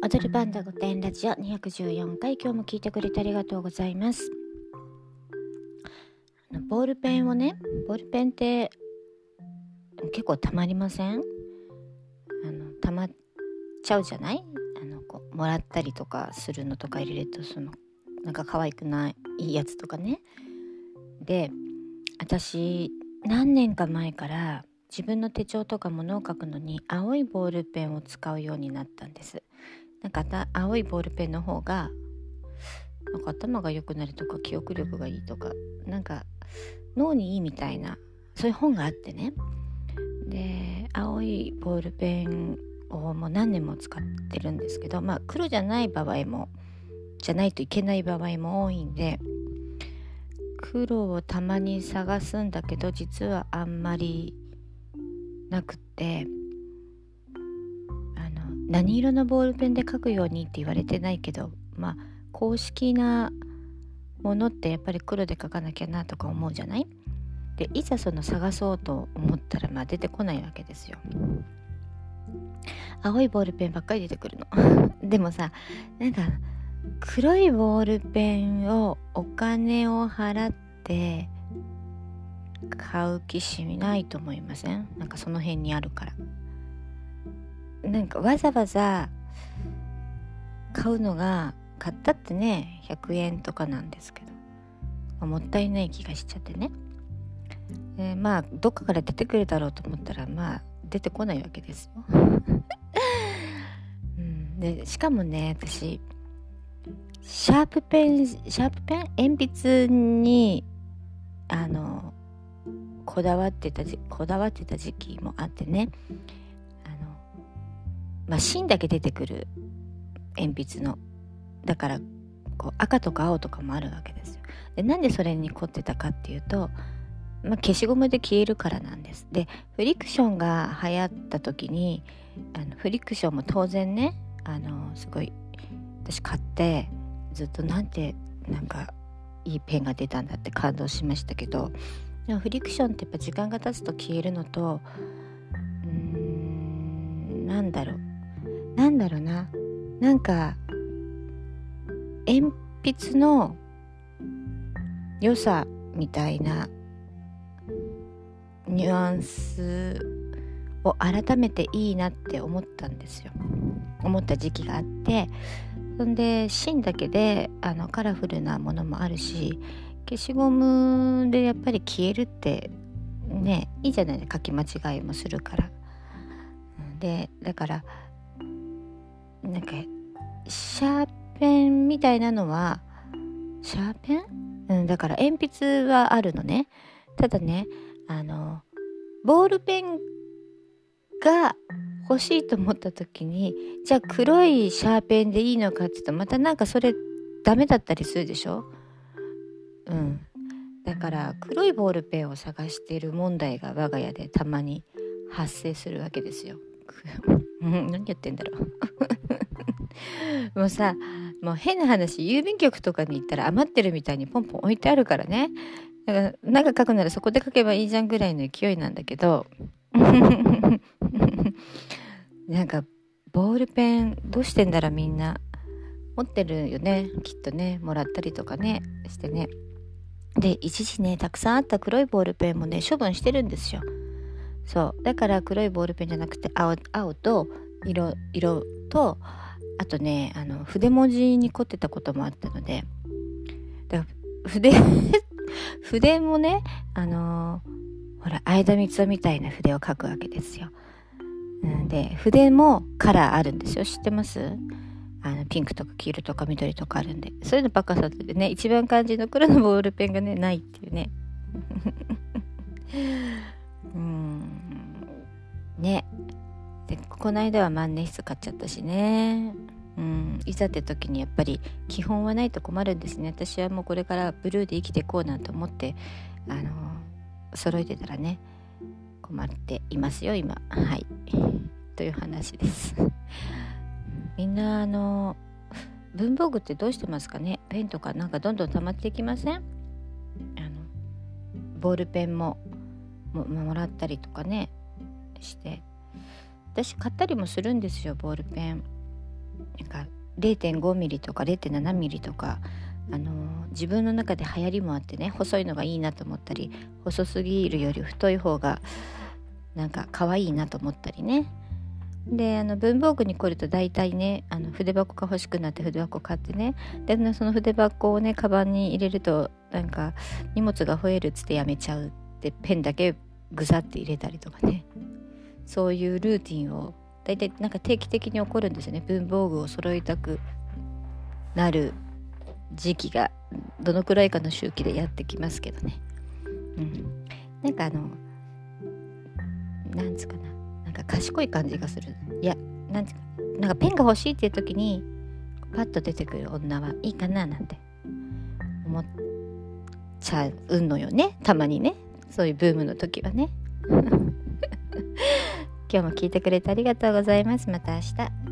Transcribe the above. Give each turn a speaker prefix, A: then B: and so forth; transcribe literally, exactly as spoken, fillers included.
A: 踊るパンダごてんラジオにひゃくじゅうよんかい、今日も聞いてくれてありがとうございます。あのボールペンをねボールペンって結構たまりません？あのたまっちゃうじゃない？あのこうもらったりとかするのとか入れると、そのなんか可愛くないいいやつとかね。で、私何年か前から自分の手帳とか物を書くのに青いボールペンを使うようになったんです。なんか青いボールペンの方がなんか頭が良くなるとか記憶力がいいとか、なんか脳にいいみたいな、そういう本があってね。で、青いボールペンをもう何年も使ってるんですけど、まあ黒じゃない場合もじゃないといけない場合も多いんで、黒をたまに探すんだけど実はあんまりなくて、あの何色のボールペンで書くようにって言われてないけど、まあ公式なものってやっぱり黒で書かなきゃなとか思うじゃない？で、いざその探そうと思ったらまあ出てこないわけですよ。青いボールペンばっかり出てくるのでもさ、なんか黒いボールペンをお金を払って買う気しないと思いません？なんかその辺にあるから、なんかわざわざ買うのが、買ったってねひゃくえんとかなんですけど、もったいない気がしちゃってね。で、まあどっかから出てくるだろうと思ったら、まあ出てこないわけですよ、うん、でしかもね、私シャープペンシャープペン鉛筆にあのこだわってたじこだわってた時期もあってね。あのまあ芯だけ出てくる鉛筆のだから、こう赤とか青とかもあるわけですよ。で、なんでそれに凝ってたかっていうと、まあ、消しゴムで消えるからなんです。で、フリクションが流行った時に、あのフリクションも当然ね、あのすごい私買ってずっとなんてなんかいいペンが出たんだって感動しましたけど、でもフリクションってやっぱ時間が経つと消えるのと、うーんなんだろうなんだろうななんか鉛筆の良さみたいなニュアンスを改めていいなって思ったんですよ。思った時期があって、そんで芯だけであのカラフルなものもあるし、消しゴムでやっぱり消えるってね、いいじゃないですか。書き間違いもするから。で、だからなんかシャーペンみたいなのはシャーペン、うん、だから鉛筆はあるのね。ただね、あのボールペンが欲しいと思った時に、じゃあ黒いシャーペンでいいのかって言うと、またなんかそれダメだったりするでしょ。うん。だから黒いボールペンを探している問題が我が家でたまに発生するわけですよ。何言ってんだろうもうさ、もう変な話、郵便局とかに行ったら余ってるみたいにポンポン置いてあるからね。だからなんか書くならそこで書けばいいじゃんぐらいの勢いなんだけどなんかボールペンどうしてんだろう、みんな持ってるよね、きっとね。もらったりとかねしてね。で、一時ねたくさんあった黒いボールペンもね処分してるんですよ。そうだから黒いボールペンじゃなくて 青, 青と色色と、あとね、あの筆文字に凝ってたこともあったので、だから筆筆もね、あのー、ほら相田みつをみたいな筆を書くわけですよ。うん、で筆もカラーあるんですよ。知ってます？あのピンクとか黄色とか緑とかあるんで、そういうのばっかさってね、一番肝心の黒のボールペンがねないっていうねうーんね。で、この間は万年筆買っちゃったしね。うん、いざって時にやっぱり基本はないと困るんですね。私はもうこれからブルーで生きていこうなんて思ってあの揃えてたらね困っていますよ今。はいという話ですみんなあの文房具ってどうしてますかね。ペンとかなんかどんどん溜まっていきません？あのボールペンも も, もらったりとかねして、私買ったりもするんですよボールペン。 なんか れいてんごミリとか れいてんななミリとか、あのー、自分の中で流行りもあってね、細いのがいいなと思ったり、細すぎるより太い方がなんか可愛いなと思ったりね。であの文房具に来ると大体ね、あの筆箱が欲しくなって筆箱買ってね、でその筆箱をねカバンに入れるとなんか荷物が増えるっつってやめちゃうってペンだけぐさって入れたりとかね、そういうルーティンを大体なんか定期的に起こるんですよね。文房具を揃えたくなる時期がどのくらいかの周期でやってきますけどね、うん、なんかあのなんつうかな、なんか賢い感じがする。いや、なんつうか、なんかペンが欲しいっていう時にパッと出てくる女はいいかななんて思っちゃうのよね、たまにね、そういうブームの時はね今日も聞いてくれてありがとうございます。また明日。